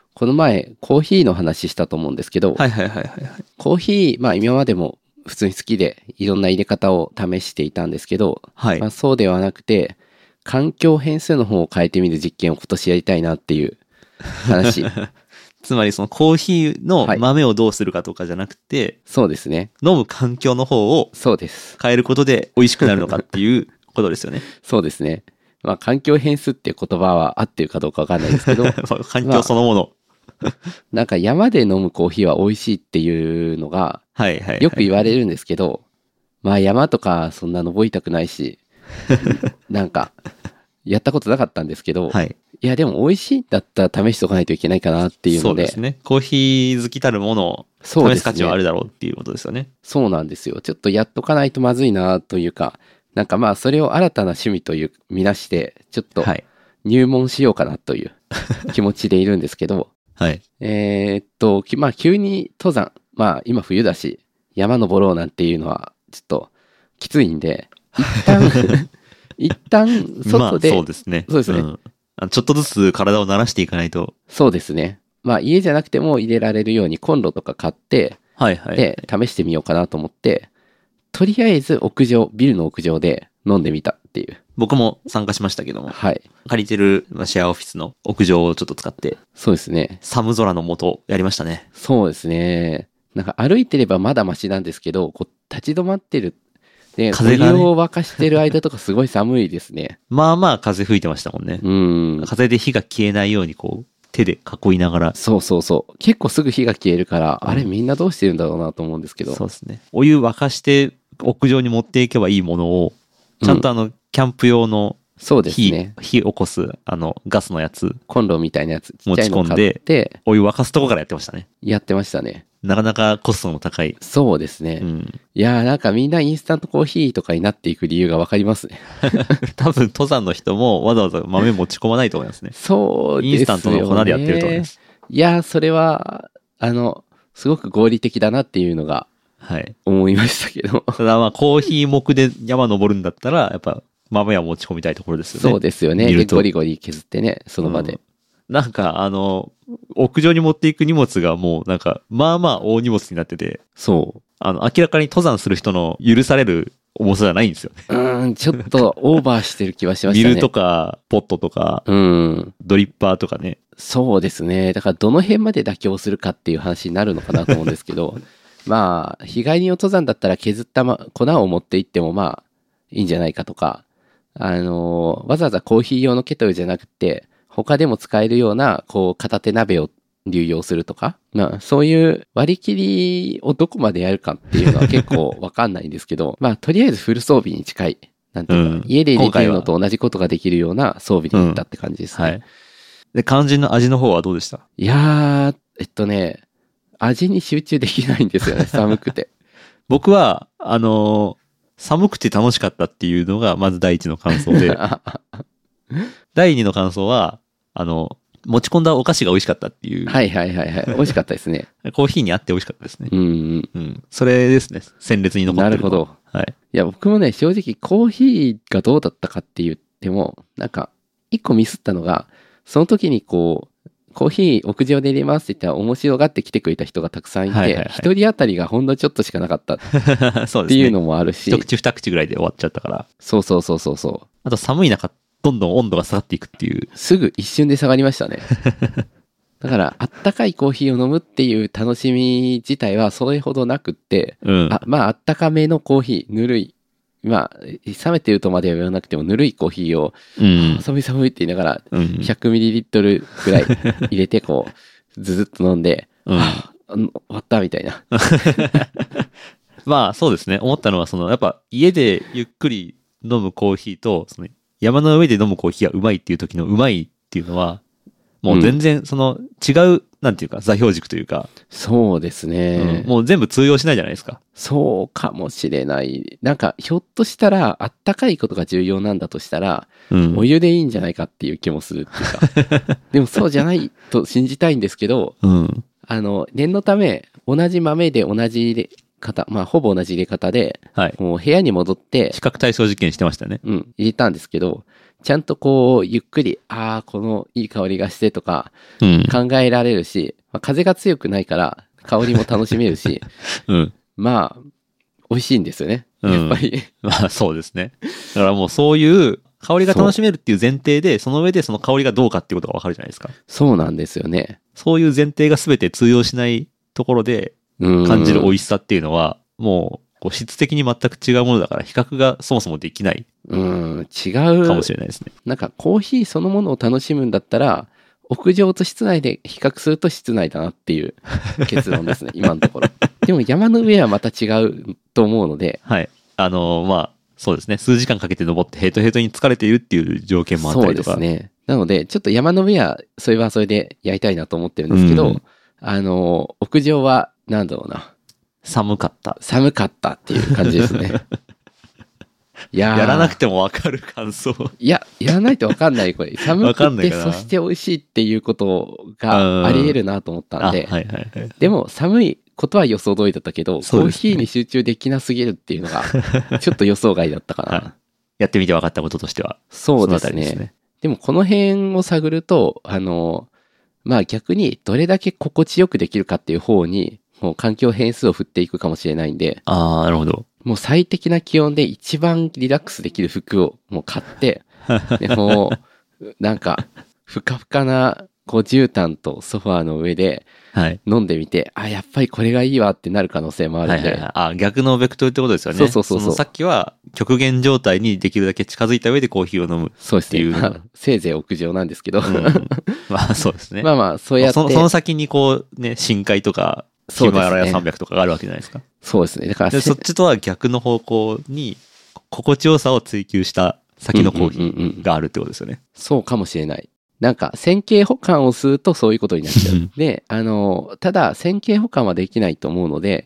この前コーヒーの話したと思うんですけど、 はいはいはいはいはい。 コーヒー、まあ今までも普通に好きでいろんな入れ方を試していたんですけど、 はいまあそうではなくて、環境変数の方を変えてみる実験を今年やりたいなっていう話。 つまりそのコーヒーのはい豆をどうするかとかじゃなくて、 そうですね。 飲む環境の方をそうです。 変えることで美味しくなるのかっていうことですよね。 そうですね。まあ環境変数っていう言葉は合ってるかどうかわかんないですけど、 環境そのもの。 なんか山で飲むコーヒーは美味しいっていうのがはいはいはい。 よく言われるんですけど、まあ山とかそんな登りたくないし、なんかやったことなかったんですけど、 はい。 いやでも美味しいんだったら試しておかないといけないかなっていうので、 そうですね。コーヒー好きたるものをそうですね試す価値はあるだろうっていうことですよね。 そうなんですよ。ちょっとやっとかないとまずいなというか、なんかまあそれを新たな趣味という見なして、ちょっとはい。 入門しようかなという気持ちでいるんですけど、 はい。 まあ急に登山、まあ今冬だし、山登ろうなんていうのはちょっときついんで、一旦まあ外で、 そうですね。 そうですねんちょっとずつ体を慣らしていかないと。 そうですね。まあ家じゃなくても入れられるようにコンロとか買って、 はいはい。 で、試してみようかなと思って、とりあえずビルの屋上で飲んでみたっていう。 僕も参加しましたけども、 はい。 借りてるシェアオフィスの屋上をちょっと使って、 そうですね。 寒空の下やりましたね。 そうですね。なんか歩いてればまだマシなんですけど、こう立ち止まってる。で、 風がねお湯を沸かしてる間とかすごい寒いですね。 まあまあ風吹いてましたもんね。 うん。 風で火が消えないようにこう手で囲いながら。 そうそうそう。結構すぐ火が消えるから、 うんあれみんなどうしてるんだろうなと思うんですけど。 そうですね。お湯沸かして屋上に持っていけばいいものを、ちゃんとキャンプ用のそうですね。 火起こす、ガスのやつ、 コンロみたいなやつ、ちっ持ちちゃいの買込んでって、 お湯沸かすとこからやってましたね。 やってましたね。 なかなかコストの高い。 そうですね。 うん。 いやーなんかみんなインスタントコーヒーとかになっていく理由がわかりますね。 多分登山の人もわざわざ豆持ち込まないと思いますね。 そうですよね。 インスタントの粉でやってると思います。 いやーそれは、すごく合理的だなっていうのがはい。 思いましたけど。 ただまあコーヒー目で山登るんだったら、やっぱ豆は持ち込みたいところですよね。 そうですよね。で、 見るとゴリゴリ削ってね、その場で。 なんか屋上に持っていく荷物がもうなんか、まあまあ大荷物になってて、 そ明らかに登山する人の許される重さじゃないんですよね。 う。ちょっとオーバーしてる気はしましたね。 ミルとか、ポットとか、 うん。 ドリッパーとかね。 そうですね。だからどの辺まで妥協するかっていう話になるのかなと思うんですけど、まあ、日帰りの登山だったら削った粉を持って行ってもまあ、いいんじゃないかとか、わざわざコーヒー用のケトルじゃなくて、他でも使えるような、こう、片手鍋を流用するとか、まあ、そういう割り切りをどこまでやるかっていうのは結構わかんないんですけど、まあ、とりあえずフル装備に近い。なんていうか、 うん家でできるの今と同じことができるような装備で行ったって感じですね。 はい。で、肝心の味の方はどうでした？ いやー、味に集中できないんですよね、寒くて。 僕は、寒くて楽しかったっていうのが、まず第一の感想で、第二の感想は、持ち込んだお菓子が美味しかったっていう、 はいはいはいはい。美味しかったですね。 コーヒーに合って美味しかったですね。 うんうん。 うん。それですね。鮮烈に残ってるのは。 なるほど。 はい。 いや、僕もね、正直コーヒーがどうだったかって言っても、なんか、一個ミスったのが、その時にこう、コーヒー屋上で入れますって言ったら面白がって来てくれた人がたくさんいて、 はいはいはい一人当たりがほんのちょっとしかなかったっそうですね。 ていうのもあるし、 一口二口ぐらいで終わっちゃったから。 そうそうそうそうそう。 あと寒い中、どんどん温度が下がっていくっていう。 すぐ一瞬で下がりましたね。だから、あったかいコーヒーを飲むっていう楽しみ自体はそれほどなくって、 うん。 まあ、あったかめのコーヒー、ぬるい。まあ、冷めてるとまでは言わなくても、ぬるいコーヒーを、 うん。 寒い寒いって言いながら、 うん。 100ml ぐらい入れて、こう、ずずっと飲んで、 うんはあ終わったみたいな。 まあそうですね。思ったのは、やっぱ家でゆっくり飲むコーヒーと、山の上で飲むコーヒーがうまいっていう時のうまいっていうのは、もう全然違う、なんていうか座標軸というか、 そうですね。 もう全部通用しないじゃないですか。 そうかもしれない。なんか、ひょっとしたら、あったかいことが重要なんだとしたら、 うん。 お湯でいいんじゃないかっていう気もするっていうか。でもそうじゃないと信じたいんですけど、 うん。 念のため、同じ豆で同じ入れ方、まあ、ほぼ同じ入れ方で、 はい。 もう部屋に戻って比、較対象実験してましたね。 入れたんですけど、 ちゃんとこう、ゆっくり、このいい香りがしてとかうん。 考えられるし、まあ風が強くないから香りも楽しめるし、 うん。 まあ、美味しいんですよね。 うんやっぱり。 まあそうですね。だからもうそういう香りが楽しめるっていう前提で、その上でその香りがどうかっていうことがわかるじゃないですか。 そうなんですよね。 そういう前提が全て通用しないところでうん。 感じる美味しさっていうのは、もうこう質的に全く違うものだから比較がそもそもできない違かもう。 しれないですね。 なんかコーヒーそのものを楽しむんだったら、屋上と室内で比較すると室内だなっていう結論ですね、今のところ。でも山の上はまた違うと思うので、 はい。まあ、そうですね。数時間かけて登ってヘトヘトに疲れているっていう条件もあったそうりとか。 ですね。なので、ちょっと山の上はそれはそれでやりたいなと思ってるんですけど、 うん屋上は、なんだろうな、 寒かった。 寒かったっていう感じですね。いやーやらなくてもわかる感想。 いや、やらないとわかんない、これ。寒わかんくて、 ないかなそして美味しいっていうことがあり得るなと思ったんで、 はいはいはい。 でも寒いことは予想通りだったけど、コーそうですねヒーに集中できなすぎるっていうのが、ちょっと予想外だったかな。 はいやってみて分かったこととしては。 そうですそのあたりね。でもこの辺を探ると、まあ逆にどれだけ心地よくできるかっていう方に、もう環境変数を振っていくかもしれないんで、 ああ、なるほど。 もう最適な気温で一番リラックスできる服をもう買って、でもう、なんか、ふかふかな、こう、絨毯とソファーの上ではい。 飲んでみて、やっぱりこれがいいわってなる可能性もあるんで、 はいはいはい。あ、逆のベクトルってことですよね。 そうのさっきは極限状態にできるだけ近づいた上でコーヒーを飲む。 そうですね。 っていうまあせいぜい屋上なんですけど、 うんまあそうですね。 まあまあ、そうやって、 その先にこうね、深海とか、ヒそうですねマラヤ山脈とかがあるわけじゃないですか。 そうですね。だからで、そっちとは逆の方向に、心地よさを追求した先のコーヒーがあるってことですよね。 そうかもしれない。なんか、線形保管をするとそういうことになっちゃう。で、ただ、線形保管はできないと思うので、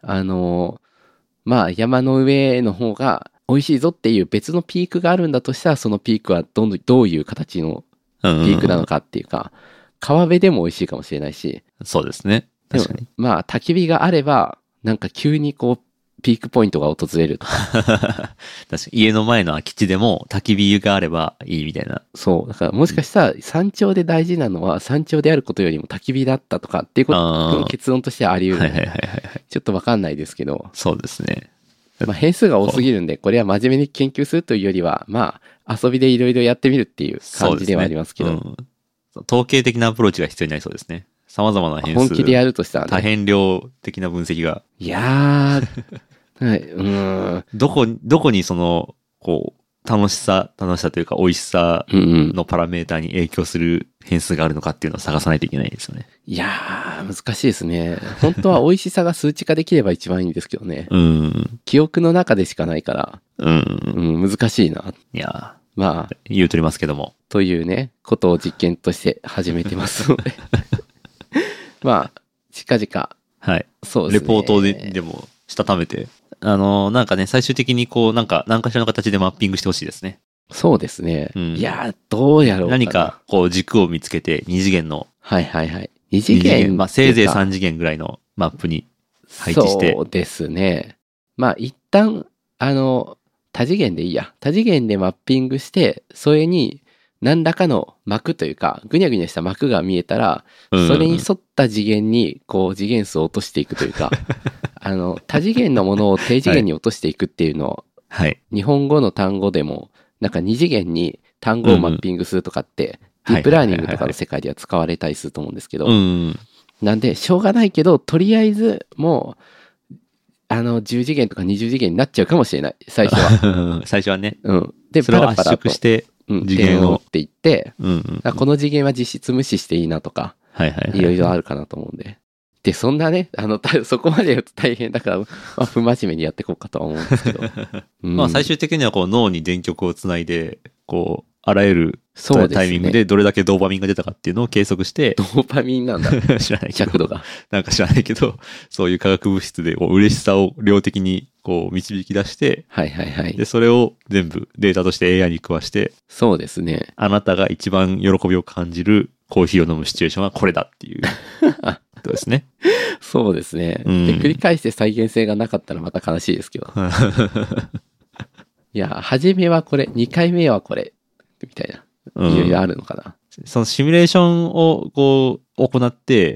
まあ、山の上の方が美味しいぞっていう別のピークがあるんだとしたら、そのピークはどういう形のピピークなのかっていうか、川辺でも美味しいかもしれないし、 そうですね。 でも確かに。 まあ、焚き火があれば、なんか急にこう、ピークポイントが訪れるとか。 確かに。家の前の空き地でも焚き火があればいいみたいな。 そう。だからもしかしたら山頂で大事なのは山頂であることよりも焚き火だったとかっていうことの結論としてはあり得る、 はいはいはいはいはい。 ちょっとわかんないですけど、 そうですね。 まあ変数が多すぎるんで、これは真面目に研究するというよりは、まあ遊びでいろいろやってみるっていう感じではありますけど、 そうですね統計的なアプローチが必要になりそうですね。様々な変数。 本気でやるとしたら多ね。 変量的な分析が。 いやー、はい、 どこにその、こう、楽しさというか美味しさうんうん。 のパラメーターに影響する変数があるのかっていうのを探さないといけないですよね。 いやー、難しいですね。本当は美味しさが数値化できれば一番いいんですけどね。 うん。 記憶の中でしかないから、 うん。 難しいな。 いやまあ、 言うとりますけども。 というね、ことを実験として始めてますので。まあ、近々、 はい。 そうですね。 レポートでも、したためて。なんかね、最終的にこう、なんか、何かしらの形でマッピングしてほしいですね。 そうですね。 うんいやー、どうやろうかな。 何か、こう、軸を見つけて、二次元の、 はいはいはい。二次元。 まあ、せいぜい3次元ぐらいのマップに配置して。 そうですね。まあ、一旦、多次元でいいや。多次元でマッピングして、それに何らかの膜というか、ぐにゃぐにゃした膜が見えたら、 うんそれに沿った次元に、こう、次元数を落としていくというか、多次元のものを低次元に落としていくっていうのを、 はい。 日本語の単語でも、なんか二次元に単語をマッピングするとかって、 うんディープラーニングとかの世界では使われたりすると思うんですけど、 うん。 なんで、しょうがないけど、とりあえず、もう、10次元とか20次元になっちゃうかもしれない、最初は。 最初はね。 うん。で、 それを圧パラパラと縮して、次元を点を打っていって、 うん。 この次元は実質無視していいなとか、 はいはいはい。 いろいろあるかなと思うんで。で、そんなね、そこまでやると大変だから、まあ、不真面目にやっていこうかとは思うんですけど。うんまあ最終的にはこう脳に電極をつないで、こう、あらゆるそうですねタイミングでどれだけドーパミンが出たかっていうのを計測してド、ーパミンなんだ。 知らないけど、 尺度が。 なんか知らないけど、そういう化学物質でこう嬉しさを量的にこう導き出して、 はいはいはいで、。それを全部データとして AI に食わして、 そうですね。 あなたが一番喜びを感じるコーヒーを飲むシチュエーションはこれだっていうことですね。 そうですね。 うんで、繰り返して再現性がなかったらまた悲しいですけど。いや、初めはこれ、2回目はこれ。 みたいな。いろいろあるのかな。 そのシミュレーションをこう行って、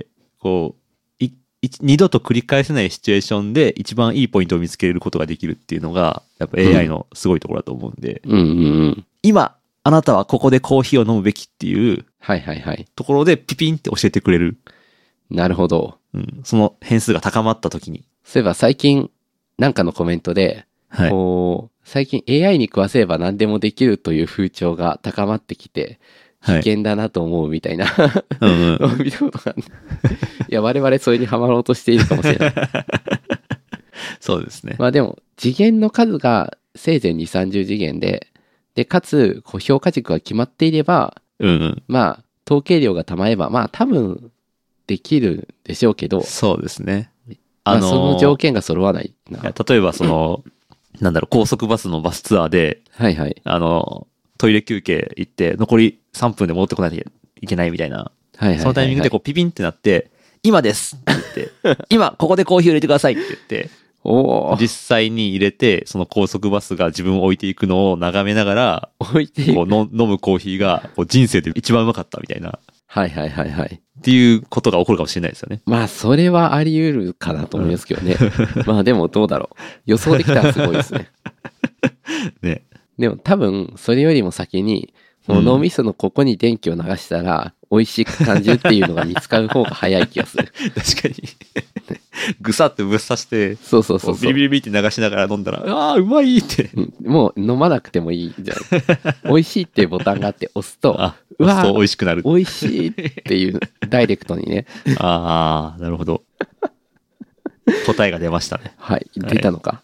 こう、二度と繰り返せないシチュエーションで一番いいポイントを見つけることができるっていうのが、やっぱ AI のすごいところだと思うんで、今、あなたはここでコーヒーを飲むべきっていうところでピピンって教えてくれる。 なるほど。 その変数が高まった時に。 そういえば最近なんかのコメントで、こう最近 AI に食わせれば何でもできるという風潮が高まってきて、危険だなと思うみたいな、見たことがある。いや、我々それにはまろうとしているかもしれない。 そうですね。 まあでも、次元の数がせいぜい2、30次元で、かつ、こう評価軸が決まっていれば、まあ、統計量がたまれば、まあ多分、できるでしょうけど、 そうですね。 その条件が揃わないな。 例えば高速バスのバスツアーで、トイレ休憩行って、残り3分で戻ってこないといけないみたいな。そのタイミングでこうピピンってなって、今ですって言って、今ここでコーヒーを入れてくださいって言って、実際に入れて、その高速バスが自分を置いていくのを眺めながら、こう飲むコーヒーが人生で一番うまかったみたいな。っていうことが起こるかもしれないですよね。 まあ、それはあり得るかなと思いますけどね。まあでもどうだろう。予想できたらすごいですね。 ね。 でも多分、それよりも先に、脳みそのここに電気を流したら、美味しく感じるっていうのが見つかる方が早い気がする。 確かに。ぐさってぶっ刺して、 そう。 ビリビリビリって流しながら飲んだら、ああ、うまいって。 もう飲まなくてもいいじゃん。美味しいっていうボタンがあって押すと、 うわー、美味しくなる。 美味しいっていう、ダイレクトにね。 ああ、なるほど。答えが出ましたね。 出たのか。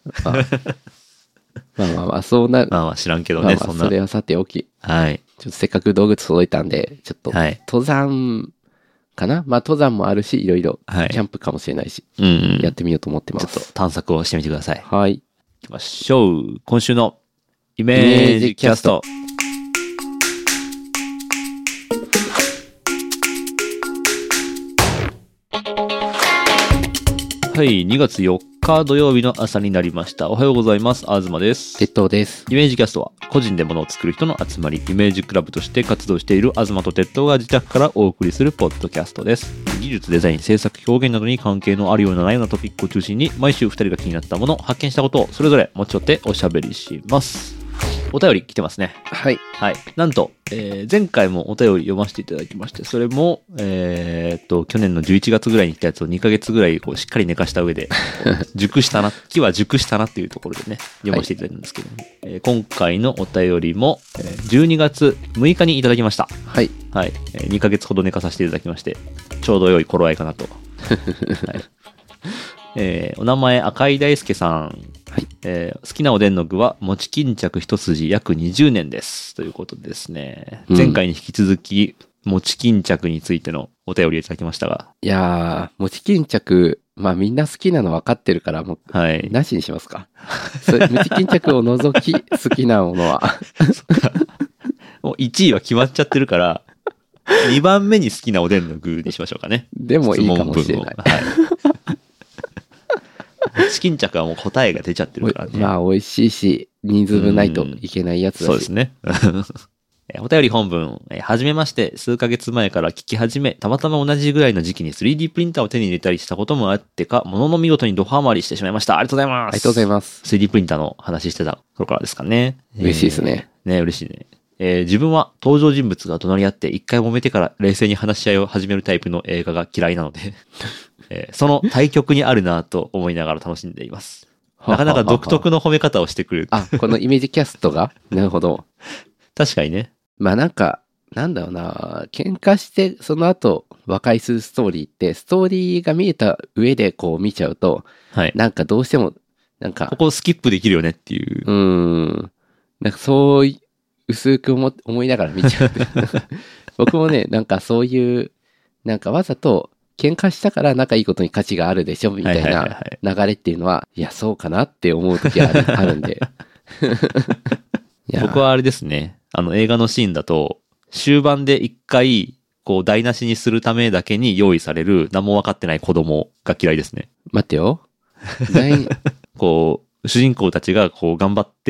まあ、そうなる。 まあ知らんけどね、 そんな。それはさておき。ちょっとせっかく道具届いたんで、ちょっと、登山かな？まあ登山もあるし、いろいろ、キャンプかもしれないし、やってみようと思ってます。 ちょっと探索をしてみてください。 行きましょう。今週のイメージキャスト。はい、2月4日土曜日の朝になりました。おはようございます。東です。 鉄塔です。 イメージキャストは、個人で物を作る人の集まり、イメージクラブとして活動している東と鉄塔が自宅からお送りするポッドキャストです。技術、デザイン、制作、表現などに関係のあるようなないようなトピックを中心に、毎週2人が気になったもの、発見したことをそれぞれ持ち寄っておしゃべりします。お便り来てますね。 はい。 なんと、前回もお便り読ませていただきまして、それも、去年の11月ぐらいに来たやつを2ヶ月ぐらいこうしっかり寝かした上で、木は熟したなっていうところでね、読ませていただいたんですけども、今回のお便りも、12月6日にいただきました。2ヶ月ほど寝かさせていただきまして、ちょうど良い頃合いかなと。お名前赤井大輔さん。好きなおでんの具は餅巾着一筋約20年ですということでですね、前回に引き続き餅巾着についてのお便りをいただきましたが、 いやー、餅巾着、まあみんな好きなの分かってるからもう、なしにしますか。餅巾着を除き好きなものはもう1位は決まっちゃってるから2番目に好きなおでんの具にしましょうかね。 でもいいかもしれない。 チキン着はもう答えが出ちゃってるからね。 まあ美味しいし、人数分ないといけないやつだし。 そうですね。お便り本文、はじめまして、数ヶ月前から聞き始め、たまたま同じぐらいの時期に 3D プリンターを手に入れたりしたこともあってか、ものの見事にドハマりしてしまいました。ありがとうございます。 ありがとうございます。 3D プリンターの話してた頃からですかね。 嬉しいですね。 嬉しいね。自分は登場人物が隣り合って一回揉めてから冷静に話し合いを始めるタイプの映画が嫌いなので、その対極にあるなと思いながら楽しんでいます。なかなか独特の褒め方をしてくる。 このイメージキャストがなるほど。 確かにね。 まあなんか、なんだろうな、喧嘩してその後和解するストーリーって、ストーリーが見えた上でこう見ちゃうと、なんかどうしても、なんか。 ここスキップできるよねっていう。 なんかそう、薄く思いながら見ちゃう。僕もね、なんかそういう、なんかわざと、喧嘩したから仲いいことに価値があるでしょみたいな流れっていうのは、いや、そうかなって思う時はあるんで。 僕はあれですね。映画のシーンだと、終盤で一回、こう、台無しにするためだけに用意される、何も分かってない子供が嫌いですね。 待ってよ。 こう、主人公たちがこう、頑張って、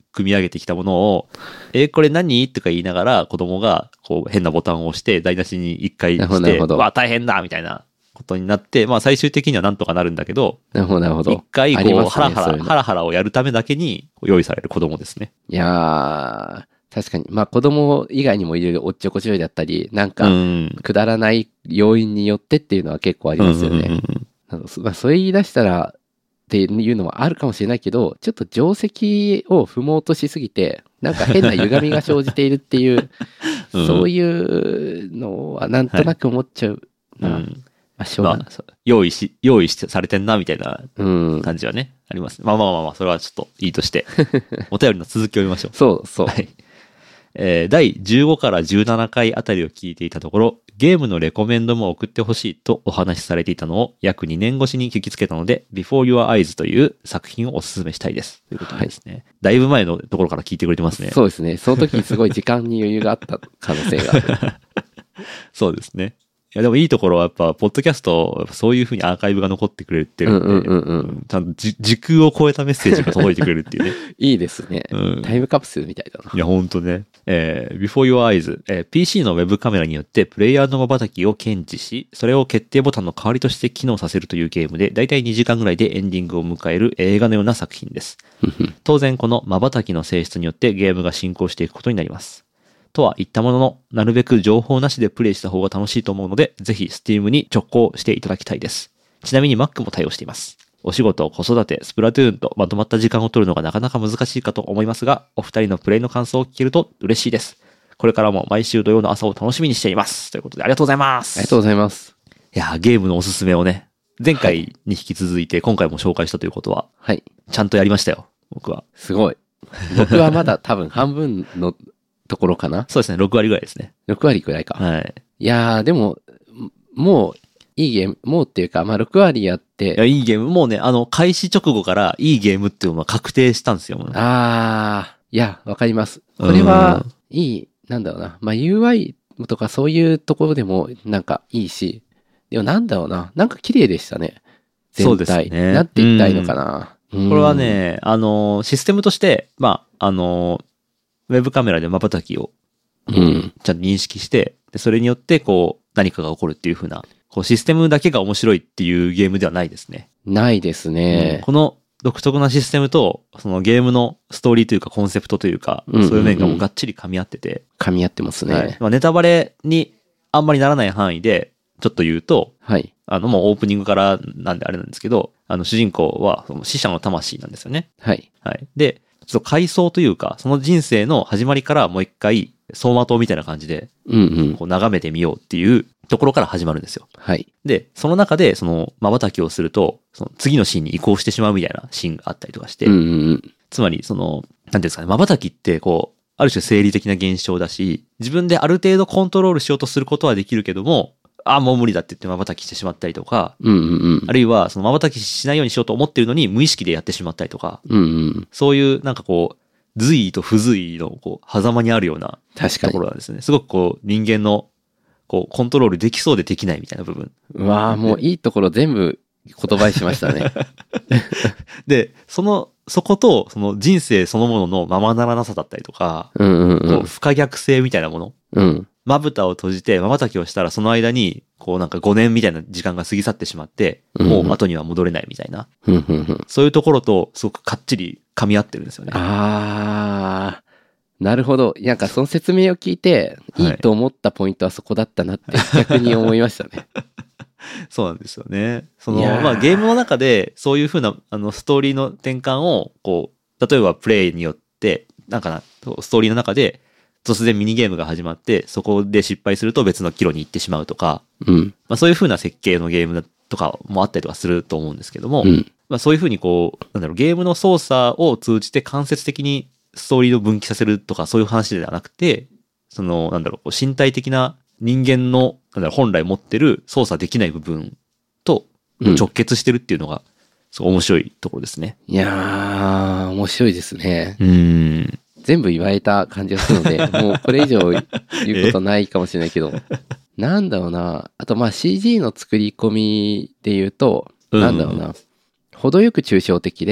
組み上げてきたものを、これ何とか言いながら子供がこう変なボタンを押して台無しに一回して、わあ大変だみたいなことになって、まあ最終的にはなんとかなるんだけど、 なるほど、なるほど。 一回こう、ハラハラをやるためだけに用意される子供ですね。 いやー、確かに。まあ子供以外にもいろいろおっちょこちょいだったり、なんか、くだらない要因によってっていうのは結構ありますよね。まあそれ言い出したら、っていうのはあるかもしれないけど、ちょっと定石を踏もうとしすぎて、なんか変な歪みが生じているっていう、そういうのはなんとなく思っちゃうな。 用意されてんなみたいな感じはね、あります。まあ、それはちょっといいとして、お便りの続きを読みましょう。 そう。 はい。第15から17回あたりを聞いていたところ、ゲームのレコメンドも送ってほしいとお話しされていたのを約2年越しに聞きつけたので、Before Your Eyes という作品をお勧めしたいです。ということですね。だいぶ前のところから聞いてくれてますね。 そうですね。その時にすごい時間に余裕があった可能性がある。 そうですね。いやでもいいところはやっぱ、ポッドキャスト、そういう風にアーカイブが残ってくれてるんで、ちゃんと時空を超えたメッセージが届いてくれるっていうね。 いいですね、タイムカプセルみたいだな。 いや、ほんとね。Before Your Eyes、PC のウェブカメラによってプレイヤーの瞬きを検知し、それを決定ボタンの代わりとして機能させるというゲームで、だいたい2時間ぐらいでエンディングを迎える映画のような作品です。当然この瞬きの性質によってゲームが進行していくことになります。とは言ったものの、なるべく情報なしでプレイした方が楽しいと思うので、ぜひ Steam に直行していただきたいです。ちなみに Mac も対応しています。お仕事、子育て、スプラトゥーンとまとまった時間を取るのがなかなか難しいかと思いますが、お二人のプレイの感想を聞けると嬉しいです。これからも毎週土曜の朝を楽しみにしています。ということでありがとうございます。 ありがとうございます。 いや、ゲームのおすすめをね、前回に引き続いて今回も紹介したということは、 はい。 ちゃんとやりましたよ、僕は。 すごい。僕はまだ多分半分のところかな。 そうですね、6割ぐらいですね。 6割くらいか。 はい。 いやー、でも、もう、いいゲーム、もうっていうか、まあ、6割やって。 いや、いいゲーム。もうね、開始直後からいいゲームっていうのは確定したんですよ。 いや、わかります。これは、いい、なんだろうな。まあ、UI とかそういうところでも、なんかいいし。でもなんだろうな。なんか綺麗でしたね。 そうですね。 なんて言ったらいいのかな。 これはね、システムとして、まあ、ウェブカメラで瞬きを、ちゃんと認識して、でそれによって、こう、何かが起こるっていう風な、こう、システムだけが面白いっていうゲームではないですね。 ないですね。 この独特なシステムと、そのゲームのストーリーというかコンセプトというか、そういう面がもうがっちり噛み合ってて。 噛み合ってますね。 はい、まあ、ネタバレにあんまりならない範囲で、ちょっと言うと、 はい。 もうオープニングからなんであれなんですけど、主人公は死者の魂なんですよね。 はい。 はい。で、ちょっと回想というか、その人生の始まりからもう一回、走馬灯みたいな感じで、こう眺めてみようっていうところから始まるんですよ。 はい。 で、その中で、その、瞬きをすると、その次のシーンに移行してしまうみたいなシーンがあったりとかして、つまり、その、なんていうんですかね、瞬きって、こう、ある種生理的な現象だし、自分である程度コントロールしようとすることはできるけども、もう無理だって言って瞬きしてしまったりとか、あるいは、その瞬きしないようにしようと思ってるのに無意識でやってしまったりとか、そういうなんかこう、随意と不随意のこう、狭間にあるようなところなんですね。すごくこう、人間の、こう、コントロールできそうでできないみたいな部分。 うわぁ、もういいところ全部言葉にしましたね。 で、そこと、その人生そのもののままならなさだったりとか、こう不可逆性みたいなもの。まぶたを閉じて瞬きをしたらその間に、こうなんか5年みたいな時間が過ぎ去ってしまって、もう後には戻れないみたいな。そういうところとすごくかっちり噛み合ってるんですよね。 なるほど。なんかその説明を聞いて、いいと思ったポイントはそこだったなって逆に思いましたね。 そうなんですよね。その、まあゲームの中でそういう風なストーリーの転換を、こう、例えばプレイによって、なんかな、ストーリーの中で突然ミニゲームが始まって、そこで失敗すると別の岐路に行ってしまうとか、まあそういう風な設計のゲームとかもあったりとかすると思うんですけども、まあそういう風にこう、なんだろう、ゲームの操作を通じて間接的にストーリーを分岐させるとかそういう話ではなくて、その、なんだろう、身体的な人間の、なんだろう、本来持ってる操作できない部分と直結してるっていうのが、すごい面白いところですね。 いやー、面白いですね。全部言われた感じがするので、もうこれ以上言うことないかもしれないけど、なんだろうな。あとまあ CG の作り込みで言うと、なんだろうな。程よく抽象的で、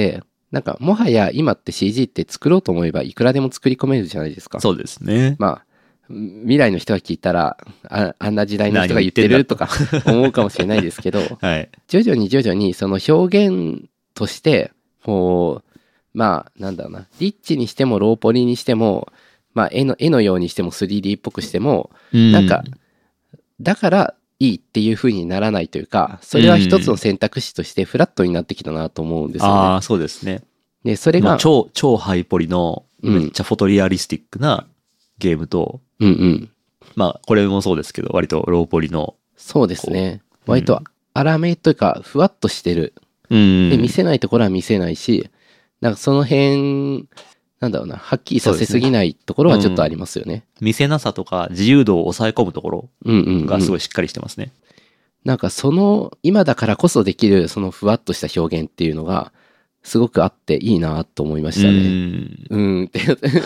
なんかもはや今って CG って作ろうと思えばいくらでも作り込めるじゃないですか。 そうですね。 まあ、未来の人が聞いたら、あんな時代の人が言ってるとか思うかもしれないですけど、 はい。 徐々にその表現として、こう、まあ、なんだろうな、リッチにしてもローポリにしても、まあ、絵のようにしても 3D っぽくしても、なんか、だからいいっていう風にならないというか、それは一つの選択肢としてフラットになってきたなと思うんですよね。 ああ、そうですね。 で、それが、 超ハイポリのめっちゃフォトリアリスティックなゲームと、 うんうん。 まあ、これもそうですけど、割とローポリの。 そうですね。割と粗めというか、ふわっとしてる。 で、 見せないところは見せないし、なんかその辺、なんだろうな、はっきりさせすぎないところはちょっとありますよね。 見せなさとか自由度を抑え込むところがすごいしっかりしてますね。 なんか今だからこそできるそのふわっとした表現っていうのが、すごくあっていいなと思いましたね。って。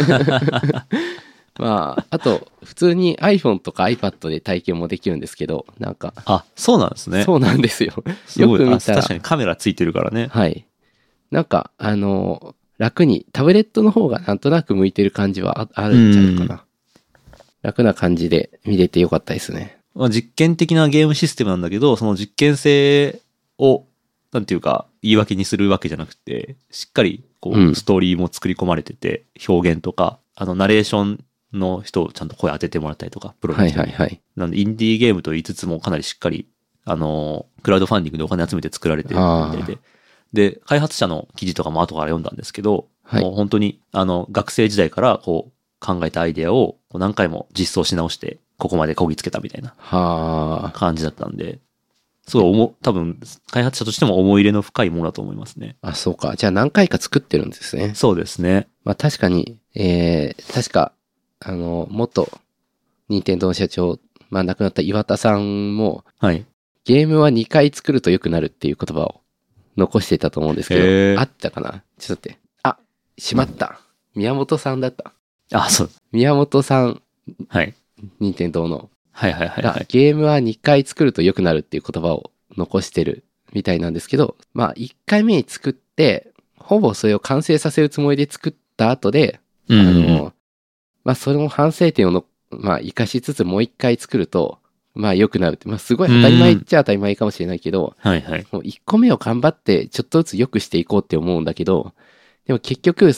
まあ、あと、普通に iPhone とか iPad で体験もできるんですけど、なんか。 あ、そうなんですね。 そうなんですよ。 よく見たら。 確かにカメラついてるからね。 はい。なんか、楽に、タブレットの方がなんとなく向いてる感じはあるんじゃないかな。楽な感じで見れてよかったですね。 まあ、実験的なゲームシステムなんだけど、その実験性を、なんていうか、言い訳にするわけじゃなくて、しっかり、ストーリーも作り込まれてて、表現とか、ナレーションの人をちゃんと声当ててもらったりとか、プロの人に。なんで、インディーゲームと言いつつもかなりしっかり、クラウドファンディングでお金集めて作られてるみたいで。で、開発者の記事とかも後から読んだんですけど、もう本当に、学生時代から考えたアイデアを何回も実装し直して、ここまでこぎつけたみたいな感じだったんで、すごい多分、開発者としても思い入れの深いものだと思いますね。 あ、そうか。じゃあ何回か作ってるんですね。 そうですね。 まあ確かに、確か、元、任天堂の社長、まあ亡くなった岩田さんも、 はい。 ゲームは2回作ると良くなるっていう言葉を残してたと思うんですけど、あったかなちょっと待って。あ、しまった。宮本さんだった。 あ、そう。 宮本さん。 はい。 任天堂の。 はいはいはい、はい。 ゲームは2回作ると良くなるっていう言葉を残してるみたいなんですけど、まあ1回目に作って、ほぼそれを完成させるつもりで作った後で、まあその反省点をまあ活かしつつもう1回作ると、まあ良くなるって、まあすごい当たり前っちゃ当たり前かもしれないけど、 はいはい。 もう1個目を頑張ってちょっとずつ良くしていこうって思うんだけど、でも結局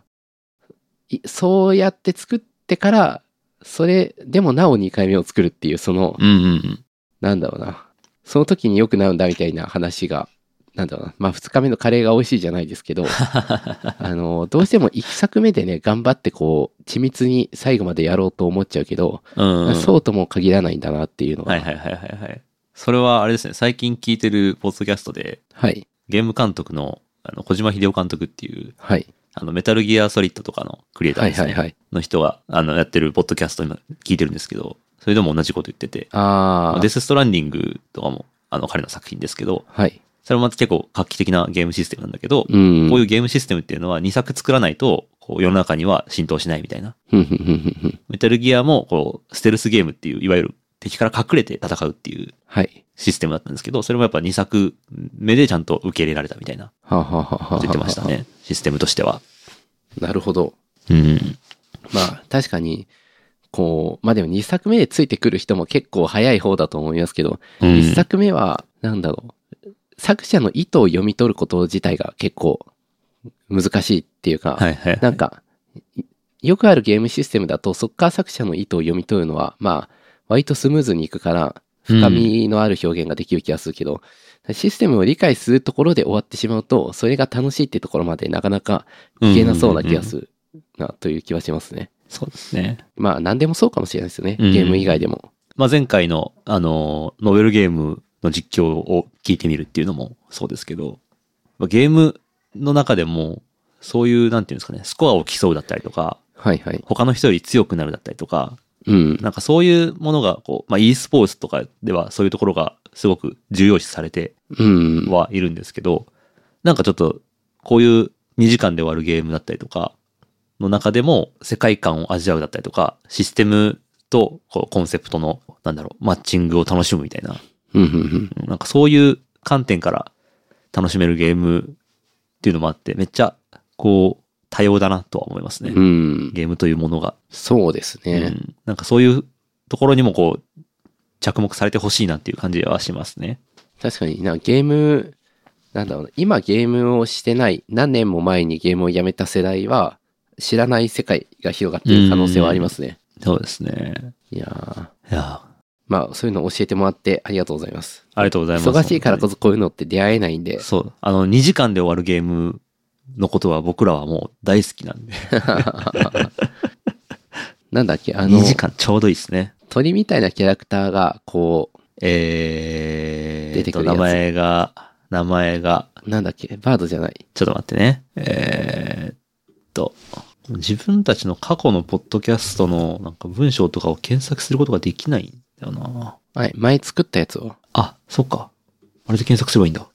そうやって作ってから、それでもなお2回目を作るっていうなんだろうな。その時に良くなるんだみたいな話が、なんだろうな。まあ2日目のカレーが美味しいじゃないですけど、どうしても1作目でね、頑張って緻密に最後までやろうと思っちゃうけど、そうとも限らないんだなっていうのが。 はいはいはいはいはい。それはあれですね、最近聞いてるポッドキャストで、 はい。 ゲーム監督の、小島秀夫監督っていう、 はい。 メタルギアソリッドとかのクリエイターですね。の人が、やってるポッドキャスト今聞いてるんですけど、それでも同じこと言ってて。デスストランディングとかも、彼の作品ですけど、 はい。 それも結構画期的なゲームシステムなんだけど、こういうゲームシステムっていうのは2作作らないと、世の中には浸透しないみたいな。メタルギアも、ステルスゲームっていう、いわゆる敵から隠れて戦うっていうシステムだったんですけど、それもやっぱ2作目でちゃんと受け入れられたみたいな。言ってましたね。システムとしては。 なるほど。まあ確かに、まあでも2作目でついてくる人も結構早い方だと思いますけど、1作目は、なんだろう。作者の意図を読み取ること自体が結構難しいっていうか、なんか、よくあるゲームシステムだと、そっから作者の意図を読み取るのは、まあ、割とスムーズにいくから、深みのある表現ができる気がするけど、システムを理解するところで終わってしまうと、それが楽しいってところまでなかなかいけなそうな気がするな、という気はしますね。 そうですね。 まあ、何でもそうかもしれないですよね。ゲーム以外でも。 まあ、前回の、ノベルゲームの実況を聞いてみるっていうのもそうですけど、ゲームの中でも、そういう、なんていうんですかね、スコアを競うだったりとか、他の人より強くなるだったりとか、なんかそういうものが、まあ、e スポーツとかではそういうところがすごく重要視されてはいるんですけど、なんかちょっと、こういう2時間で終わるゲームだったりとか、の中でも世界観を味わうだったりとか、システムとコンセプトの、なんだろう、マッチングを楽しむみたいな。なんかそういう観点から楽しめるゲームっていうのもあって、めっちゃ、こう、多様だなとは思いますね。 うん。 ゲームというものが。 そうですね。 うん。なんかそういうところにもこう、着目されてほしいなっていう感じはしますね。 確かにゲーム、なんだろうな、今ゲームをしてない、何年も前にゲームをやめた世代は、知らない世界が広がっている可能性はありますね。 そうですね。 いやー、 いや、 まあそういうのを教えてもらってありがとうございます。 ありがとうございます。 忙しいからこそこういうのって出会えないんで。 そう。2時間で終わるゲームのことは僕らはもう大好きなんで。 なんだっけ、 2時間ちょうどいいですね。 鳥みたいなキャラクターが、こう、 出てくるやつ名前が、 なんだっけ、バードじゃない。 ちょっと待ってね。自分たちの過去のポッドキャストのなんか文章とかを検索することができないんだよな。 はい、前作ったやつを。 あ、そっか。あれで検索すればいいんだ。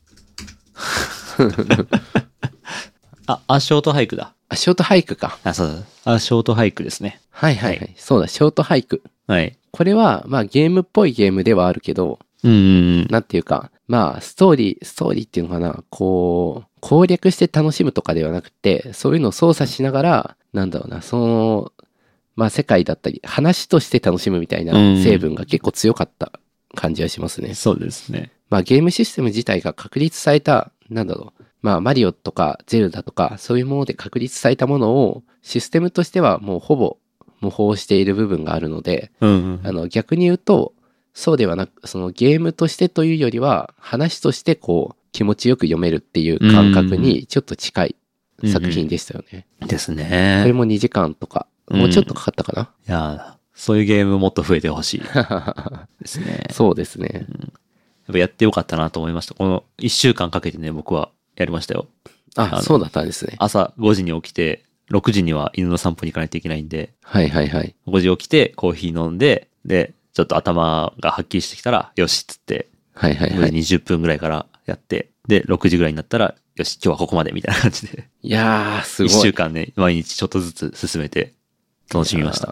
ショートハイクだ。 ショートハイクか。 そうだ。ショートハイクですね。 はいはいはい。そうだ、ショートハイク。 はい。 これは、まあゲームっぽいゲームではあるけど、なんていうか、まあストーリーっていうのかな、こう、攻略して楽しむとかではなくて、そういうのを操作しながら、なんだろうな、まあ世界だったり、話として楽しむみたいな成分が結構強かった感じはしますね。 そうですね。 まあゲームシステム自体が確立された、なんだろう、まあマリオとかゼルダとかそういうもので確立されたものをシステムとしてはもうほぼ模倣している部分があるので、逆に言うとそうではなく、そのゲームとしてというよりは話としてこう気持ちよく読めるっていう感覚にちょっと近い作品でしたよね。 ですね。 これも2時間とか、もうちょっとかかったかな。 いや、そういうゲームもっと増えてほしいですね。 そうですね。 やっぱやってよかったなと思いました。この1週間かけてね、僕はやりましたよ。 そうだったんですね。 朝5時に起きて、6時には犬の散歩に行かないといけないんで、 はいはいはい。 5時起きてコーヒー飲んで、で、ちょっと頭がはっきりしてきたら、よしっつって、 はいはいはい。 20分ぐらいからやって、で、6時ぐらいになったら、よし、今日はここまでみたいな感じで。 いやー、すごい。 1週間ね、毎日ちょっとずつ進めて、楽しみました。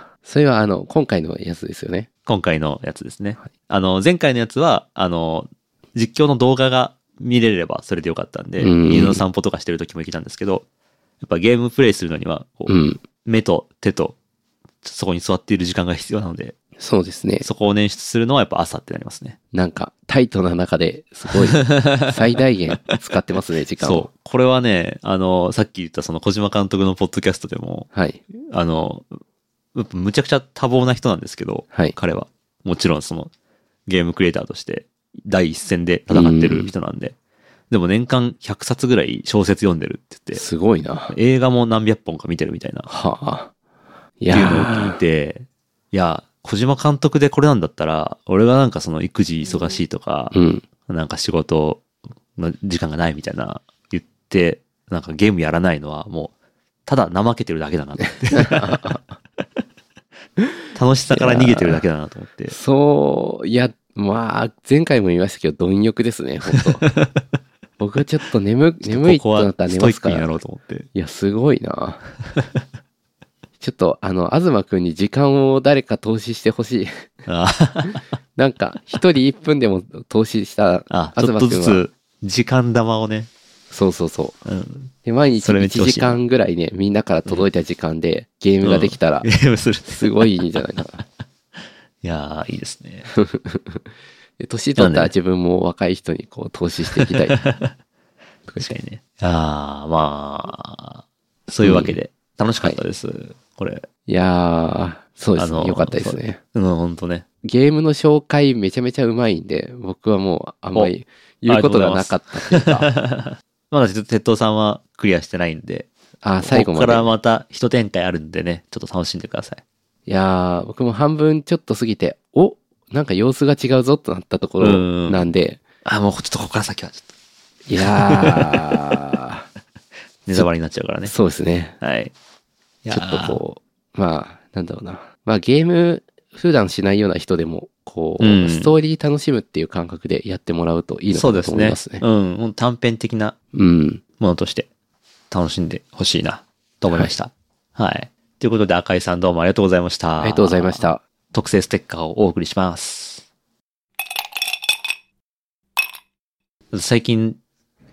それは今回のやつですよね。 今回のやつですね。前回のやつは、実況の動画が見れればそれでよかったんで、犬の散歩とかしてる時も行けたんですけど、やっぱゲームプレイするのにはこう、目と手とそこに座っている時間が必要なので、 そうですね。 そこを捻出するのはやっぱ朝ってなりますね。 なんかタイトな中ですごい最大限使ってますね、時間を。 そう。これはね、さっき言ったその小島監督のポッドキャストでも、 はい。 むちゃくちゃ多忙な人なんですけど、 はい、 彼は。もちろんそのゲームクリエイターとして第一線で戦ってる人なんで。でも年間100冊ぐらい小説読んでるって言って。 すごいな。 映画も何百本か見てるみたいな。 はあ。 っていうのを聞いて、いや、小島監督でこれなんだったら、俺がなんかその育児忙しいとか、なんか仕事の時間がないみたいな言って、なんかゲームやらないのはもう、ただ怠けてるだけだなって。楽しさから逃げてるだけだなと思って。 そう、いや、まあ、前回も言いましたけど、貪欲ですね、本当僕はちょっと眠いとなったら寝ますから。 ストイックにやろうと思って。 いや、すごいな。ちょっと、東くんに時間を誰か投資してほしい。なんか、一人1分でも投資した東くんは。 ちょっとずつ、時間玉をね。 そうそうそう。で毎日1時間ぐらいね、みんなから届いた時間でゲームができたら、すごいいいんじゃないかな。 いやー、いいですね。 年取ったら自分も若い人にこう投資していきたい。 確かにね。まあ、そういうわけで、楽しかったです、これ。 いやー、そうですね。よかったですね。 ほんとね。 ゲームの紹介めちゃめちゃうまいんで、僕はもうあんまり言うことがなかったっていうか。 まだ鉄道さんはクリアしてないんで。 最後まで。 ここからまた一展開あるんでね、ちょっと楽しんでください。 いやー、僕も半分ちょっと過ぎて、なんか様子が違うぞとなったところなんで。 もうちょっとここから先はちょっと。 いやー。 ネタバレになっちゃうからね。 そうですね。 はい。 ちょっとこう、まあ、なんだろうな。まあゲーム普段しないような人でも、こう、ストーリー楽しむっていう感覚でやってもらうといいのかなと思いますね。 短編的なものとして楽しんでほしいなと思いました。はい。ということで赤井さんどうもありがとうございました。 ありがとうございました。 特製ステッカーをお送りします。最近、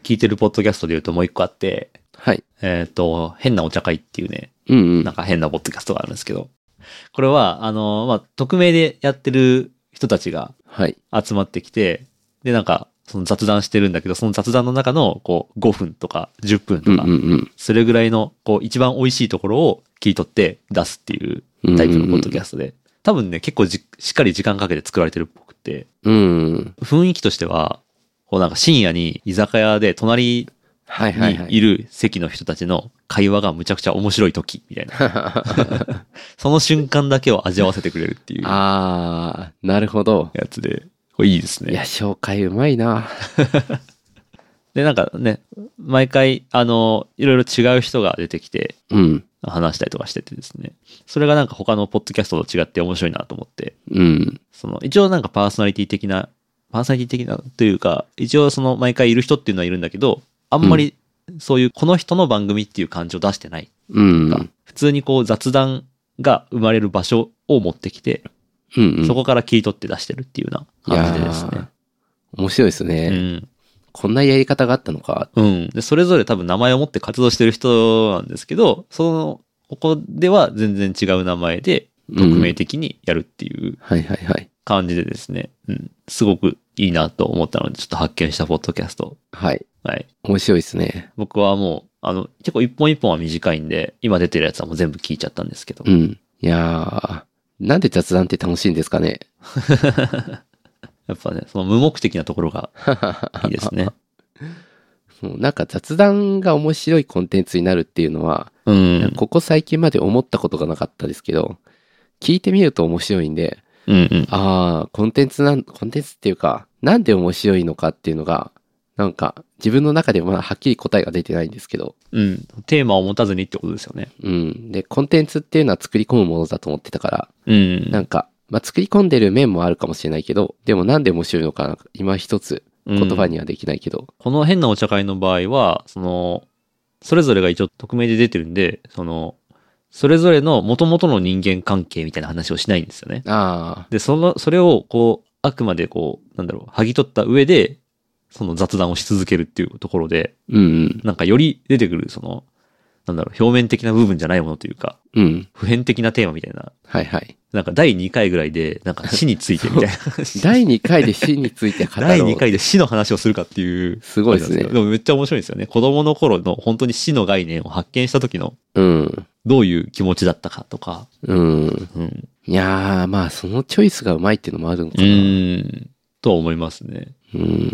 聞いてるポッドキャストで言うともう一個あって、 はい。 変なお茶会っていうね、 うんうん。 なんか変なポッドキャストがあるんですけど、これは、まあ、匿名でやってる人たちがはい。 集まってきて、で、なんか、その雑談してるんだけど、その雑談の中の、こう、5分とか10分とか、 うんうんうん。 それぐらいの、こう、一番美味しいところを切り取って出すっていうタイプのポッドキャストで、多分ね、結構しっかり時間かけて作られてるっぽくて、 うん。 雰囲気としては、こうなんか深夜に居酒屋で隣はいはいはい。 にいる席の人たちの会話がむちゃくちゃ面白い時みたいな。その瞬間だけを味わわせてくれるっていうやあー、なるほど。 つで、これいいですいや、 ね。 紹介うまいな。 で、なんかね、毎回、いろいろ違う人が出てきてうん。 話したりとかしててですね。それがなんか他のポッドキャストと違って面白いなと思って、 うん。 一応なんかパーソナリティ的なというか、一応その毎回いる人っていうのはいるんだけど、あんまりそういうこの人の番組っていう感じを出してない。 うん。 普通にこう雑談が生まれる場所を持ってきて、 うん。 そこから切り取って出してるっていうような感じでですね。 面白いですうね。 ん。 こんなやり方があったのか。 うん。で、それぞれ多分名前を持って活動してる人なんですけど、ここでは全然違う名前で、匿名的にやるっていうはいはいはい。 感じでですね。うん。すごくいいなと思ったので、ちょっと発見したポッドキャスト。 はい。 はい。 面白いですね。 僕はもう、結構一本一本は短いんで、今出てるやつはもう全部聞いちゃったんですけど。 うん。いやー、なんで雑談って楽しいんですかね。 やっぱね、その無目的なところがいいですね。 もうなんか雑談が面白いコンテンツになるっていうのは、 うん。 ここ最近まで思ったことがなかったですけど、聞いてみると面白いんで、 うんうん。 ああ、コンテンツっていうか、なんで面白いのかっていうのが、なんか自分の中でまだはっきり答えが出てないんですけど、 うん。テーマを持たずにってことですよね。 うん。で、コンテンツっていうのは作り込むものだと思ってたから、 うん。 なんか、まあ、作り込んでる面もあるかもしれないけど、でもなんで面白いのかな、今一つ言葉にはできないけど、 この変なお茶会の場合は、それぞれが一応匿名で出てるんで、それぞれの元々の人間関係みたいな話をしないんですよね。 ああ、 で、それを、こう、あくまでこう、剥ぎ取った上で、その雑談をし続けるっていうところで、 うんうん、 なんかより出てくる、表面的な部分じゃないものというか、 うん、 普遍的なテーマみたいな、 はいはい。 なんか第2回ぐらいで、なんか死についてみたいな。 第2回で死について語ろう。 第2回で死の話をするかっていう。 すごいですね。 でもめっちゃ面白いですよね。子供の頃の本当に死の概念を発見した時の、 うん、 どういう気持ちだったかとか。 うん。 うん。 いやー、まあそのチョイスがうまいっていうのもあるのかな。 と思いますね。 うん。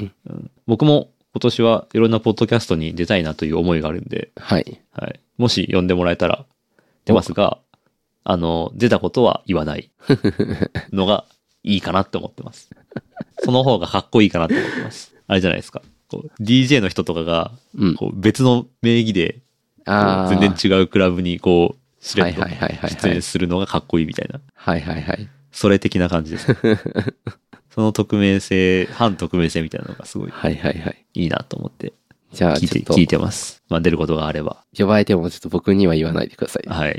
僕も今年はいろんなポッドキャストに出たいなという思いがあるんで、 はい。 はい。もし呼んでもらえたら出ますが、出たことは言わないのがいいかなって思ってます。その方がかっこいいかなって思ってます。あれじゃないですか。こう DJ の人とかが、こう別の名義で、全然違うクラブにこう、しれっと出演するのがかっこいいみたいな。 はいはいはい。 それ的な感じです。その匿名性、反匿名性みたいなのがすごい、 はいはいはい。 いいなと思って。 じゃあちょっと聞いてます。まあ出ることがあれば。 呼ばれてもちょっと僕には言わないでください。 はい。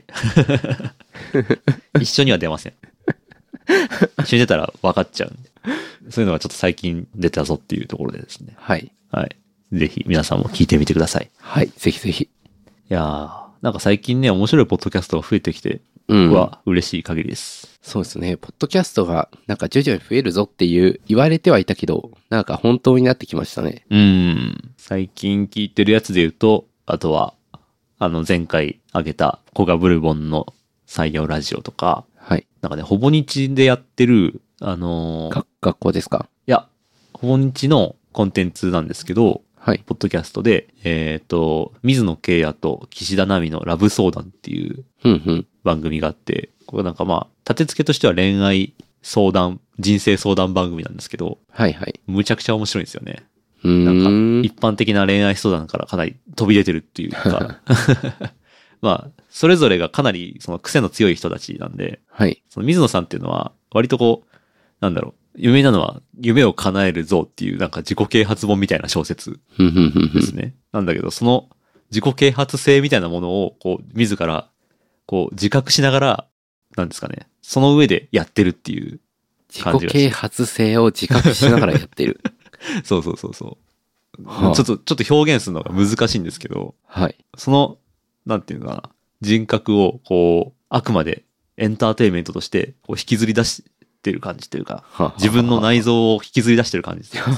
一緒には出ません。一緒に出たら分かっちゃうんで。そういうのがちょっと最近出たぞっていうところでですね。 はい。 はい。ぜひ皆さんも聞いてみてください。 はい。ぜひぜひ。 いやー、なんか最近ね、面白いポッドキャストが増えてきて、は嬉しい限りです。 そうですね。ポッドキャストがなんか徐々に増えるぞって言われてはいたけど、なんか本当になってきましたね。 最近聞いてるやつで言うと、あとは、前回あげたコガブルボンの採用ラジオとか、 はい。 なんかね、ほぼ日でやってる、 学校ですか？ いや、ほぼ日のコンテンツなんですけど、 はい。 ポッドキャストで、水野慶也と岸田奈美のラブ相談っていう番組があって、これなんかまあ、立て付けとしては恋愛相談、人生相談番組なんですけど、 はいはい。 むちゃくちゃ面白いんですよね。 なんか、一般的な恋愛相談からかなり飛び出てるっていうか、まあ、それぞれがかなりその癖の強い人たちなんで、 はい。 その水野さんっていうのは、割とこう、有名なのは、夢を叶える像っていうなんか自己啓発本みたいな小説ですね。なんだけど、その自己啓発性みたいなものを、こう、自ら、こう、自覚しながら、なんですかね、その上でやってるっていう感じ自己啓発性を自覚しながらやってる。 そうそうそうそう。 はあちょっと表現するのが難しいんですけど、 はい。 その、なんていうのかな、人格を、こう、あくまでエンターテインメントとして、こう、引きずり出してる感じというか、 はあ自分の内臓を引きずり出してる感じです。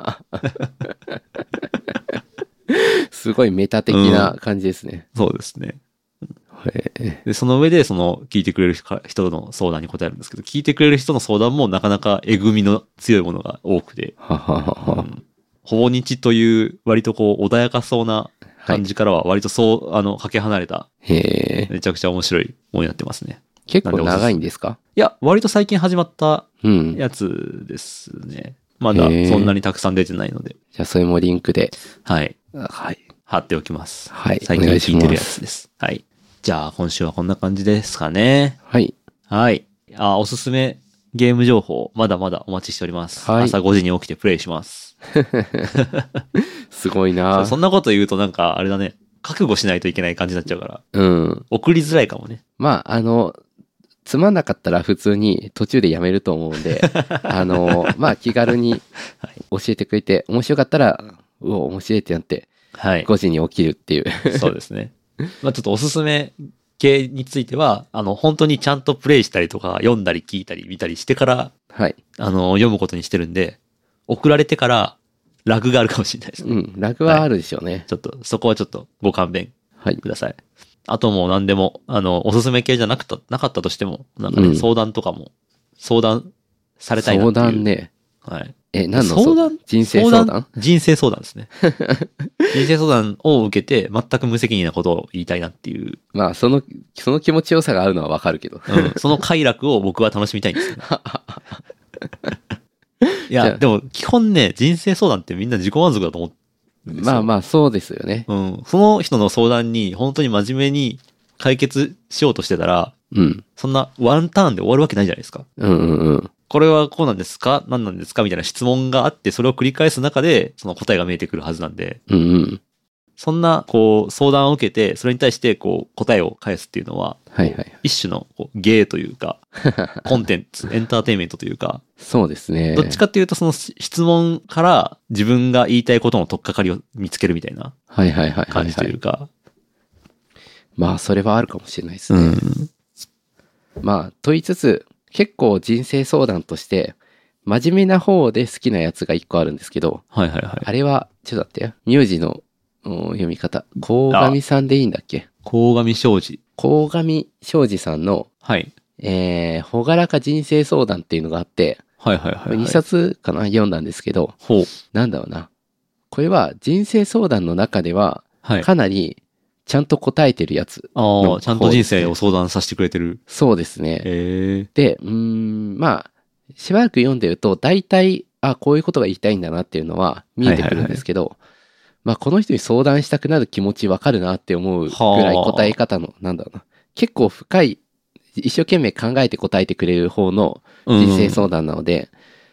すごいメタ的な感じですね。 そうですね。 へえで、その上で、聞いてくれる人の相談に答えるんですけど、聞いてくれる人の相談もなかなかえぐみの強いものが多くて、 はははは。 ほぼ日という割とこう穏やかそうな感じからは割とそう、かけ離れた、 へえ。 めちゃくちゃ面白いものになってますね。 結構長いんですか？ いや、割と最近始まったうん。 やつですね。まだへーそんなにたくさん出てないので、 じゃあそれもリンクで。 はい。 はい。 貼っておきます。 はい最近聞いてるやつです。はい。じゃあ今週はこんな感じですかね。 はい。 はい。おすすめゲーム情報、まだまだお待ちしております。 はい朝5時に起きてプレイします。 すごいなそんなこと言うとなんかあれだね。覚悟しないといけない感じになっちゃうから、 うん。 送りづらいかもね。 まあ、つまんなかったら普通に途中でやめると思うんで、まあ気軽に教えてくれて、面白かったら、うお、面白いってなって、 はい。 5時に起きるっていう。 そうですね。まあちょっとおすすめ系については、本当にちゃんとプレイしたりとか、読んだり聞いたり見たりしてから、 はい。 読むことにしてるんで、送られてからラグがあるかもしれないですね。 うん。ラグはあるでしょうね。 ちょっと、そこはちょっとご勘弁はい。 ください。あともう何でも、おすすめ系じゃなかったとしても、なんかね、 うん相談とかも、相談されたいなっ相ていう。 談ね。 はい。 何の相談人生相談人生相談ですね。人生相談を受けて、全く無責任なことを言いたいなっていう、 まあ、その気持ちよさがあるのはわかるけど。 その快楽を僕は楽しみたいんですよね。いじゃあや、でも基本ね、人生相談ってみんな自己満足だと思うんですよ。 まあまあ、そうですよね。 うん。その人の相談に本当に真面目に解決しようとしてたら、 うん。 そんなワンターンで終わるわけないじゃないですか。 うんうんうん。 これはこうなんですか？何なんですか？みたいな質問があって、それを繰り返す中で、その答えが見えてくるはずなんで、 うんうん。 そんな、こう、相談を受けて、それに対して、こう、答えを返すっていうのは、 はいはい。 一種のこう芸というか、コンテンツ、エンターテインメントというか、 そうですね。 どっちかっていうと、その質問から自分が言いたいことの取っかかりを見つけるみたいなはいはいはいはい、 感じとはい。 いうか、 まあ、それはあるかもしれないですね。 うん。 まあ、と言いつつ、結構人生相談として、真面目な方で好きなやつが一個あるんですけど、 はいはいはい。 あれは、ちょっと待ってよ。名字の読み方。鴻上さんでいいんだっけ？ 鴻上庄司。 鴻上庄司さんの、 はい。 ほがらか人生相談っていうのがあって、 はいはいはい、はい。 2冊かな読んだんですけど、 ほう。 なんだろうな。これは人生相談の中では、 はい。 かなりちゃんと答えてるやつ。 ああ、ちゃんと人生を相談させてくれてる。 そうですね。 へえ。 で、まあ、しばらく読んでると、大体、こういうことが言いたいんだなっていうのは見えてくるんですけど、まあ、この人に相談したくなる気持ちわかるなって思うぐらい答え方の、なんだろうな。結構深い、一生懸命考えて答えてくれる方の人生相談なので、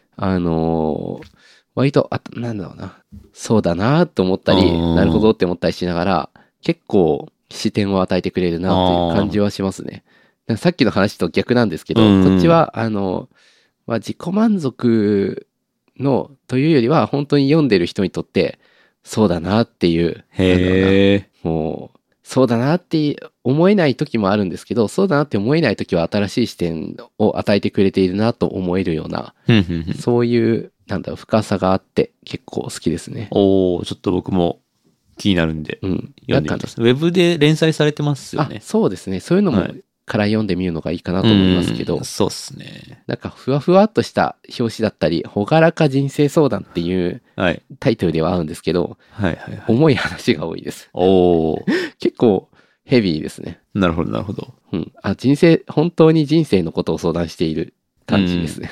割と、なんだろうな。そうだなと思ったり、なるほどって思ったりしながら、結構視点を与えてくれるなっていう感じはしますね。なんかさっきの話と逆なんですけど、こっちは、まあ、自己満足の、というよりは、本当に読んでる人にとって、そうだなっていう、 へえ。 もう、そうだなって思えない時もあるんですけど、そうだなって思えない時は新しい視点を与えてくれているなと思えるような、そういう、なんだろう、深さがあって結構好きですね。 おー、ちょっと僕も気になるんで、 うん。 読んでみます。ウェブで連載されてますよね。 そうですね。そういうのもはいから読んでみるのがいいかなと思いますけど、 そうっすね。 なんかふわふわっとした表紙だったり、ほがらか人生相談っていうはい。 タイトルではあるんですけど、 はいはいはい。 重い話が多いです。 おー、 結構ヘビーですね。 なるほどなるほど。 うん。本当に人生のことを相談している感じですね。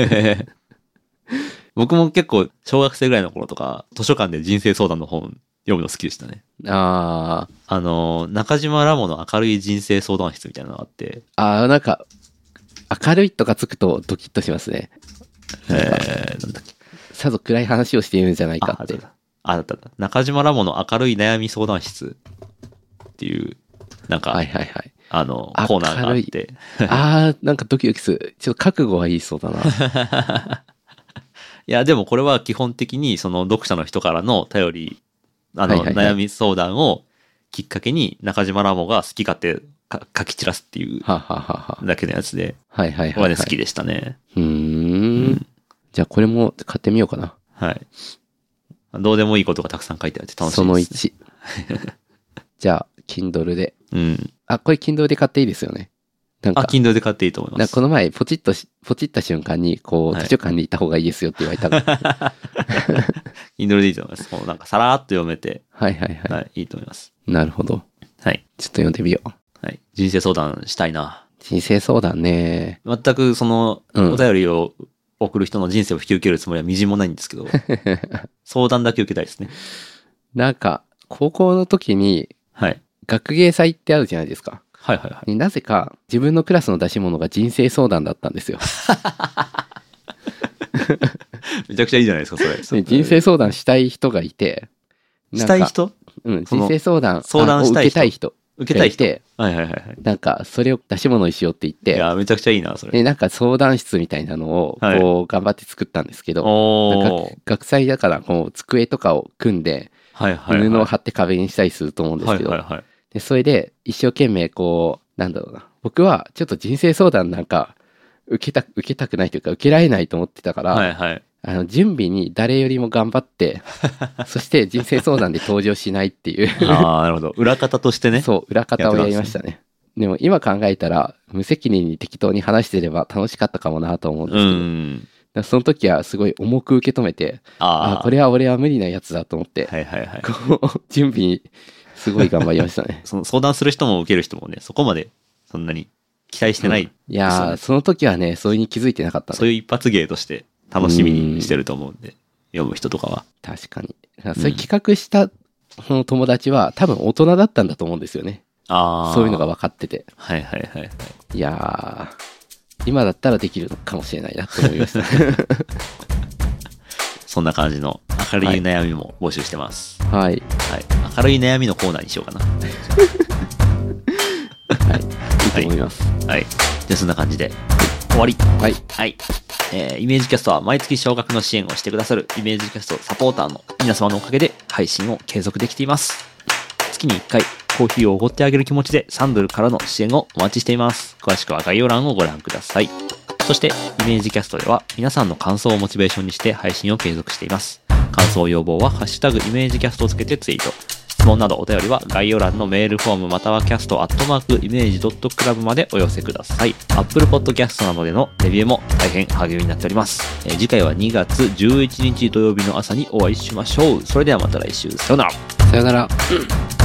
僕も結構小学生ぐらいの頃とか、図書館で人生相談の本読むの好きでしたね。中島ラモの明るい人生相談室みたいなのがあって。 なんか、明るいとかつくとドキッとしますね。 なんだっけ。 さぞ暗い話をしているんじゃないかって。 だった。中島ラモの明るい悩み相談室っていう、なんか、 はいはいはい。 コーナーがあって。 なんかドキドキする。ちょっと覚悟はいいそうだな。 いいや、でもこれは基本的にその読者の人からの頼り、悩み相談をきっかけに中島ラモが好き勝手書き散らすっていうはははは。 だけのやつで、 はいはいはい、 これはね、好きでしたね。 じゃあこれも買ってみようかな。 はい。どうでもいいことがたくさん書いてあって楽しいですね。 その1。じゃあ、Kindle で。 うん。 これ Kindle で買っていいですよね。なんか。 Kindle で買っていいと思います。 この前、ポチった瞬間に、こう、図書館に行った方がいいですよって言われたから。 Kindle でいいと思います。もうなんかさらーっと読めて。 はいはいはい。 はい、いいと思います。 なるほど。 はい。 ちょっと読んでみよう。 はい。人生相談したいな。 人生相談ね。 全くその、お便りを送る人の人生を引き受けるつもりはみじんもないんですけど、相談だけ受けたいですね。 なんか、高校の時に、 はい。 学芸祭ってあるじゃないですか。 はいはいはい。 なぜか、自分のクラスの出し物が人生相談だったんですよ。 めちゃくちゃいいじゃないですか、それ。 人生相談したい人がいて。 したい人？ 人生相談をしたい人。 受けたい人。 受けたい人。 はいはいはい。なんか、それを出し物にしようって言って。 いや、めちゃくちゃいいな、それ。 で、なんか相談室みたいなのを、こう、頑張って作ったんですけど、学祭だから、こう、机とかを組んで、布を貼って壁にしたりすると思うんですけど、で、それで、一生懸命、こう、なんだろうな。僕は、ちょっと人生相談なんか、受けたくないというか、受けられないと思ってたから、準備に誰よりも頑張って、そして人生相談で登場しないっていうなるほど。裏方としてね。 そう、裏方をやりましたね。でも今考えたら、無責任に適当に話してれば楽しかったかもなと思うんですけど、その時はすごい重く受け止めて、これは俺は無理なやつだと思って、こう、準備にすごい頑張りましたね。 その相談する人も受ける人もね、そこまでそんなに期待してない、 いやー、その時はね、それに気づいてなかった、 そういう一発芸として、楽しみにしてると思うんで、読む人とかは。 確かに。それ企画したその友達は多分大人だったんだと思うんですよね。そういうのが分かってて。 はいはいはい。 いやー、今だったらできるのかもしれないなと思いました。 そんな感じの明るい悩みも募集してます。 はい。はい。 明るい悩みのコーナーにしようかな。 はい。いいと思います。 はい。じゃあそんな感じで。終わり。 はい。 はい。イメージキャストは毎月少額の支援をしてくださるイメージキャストサポーターの皆様のおかげで配信を継続できています。月に1回コーヒーをおごってあげる気持ちでサンドルからの支援をお待ちしています。詳しくは概要欄をご覧ください。そしてイメージキャストでは皆さんの感想をモチベーションにして配信を継続しています。感想要望はハッシュタグイメージキャストをつけてツイート。質問などお便りは概要欄のメールフォームまたはcast@image.club までお寄せください。Apple Podcast などでのレビューも大変励みになっております。次回は2月11日土曜日の朝にお会いしましょう。それではまた来週。さよなら。 さよなら。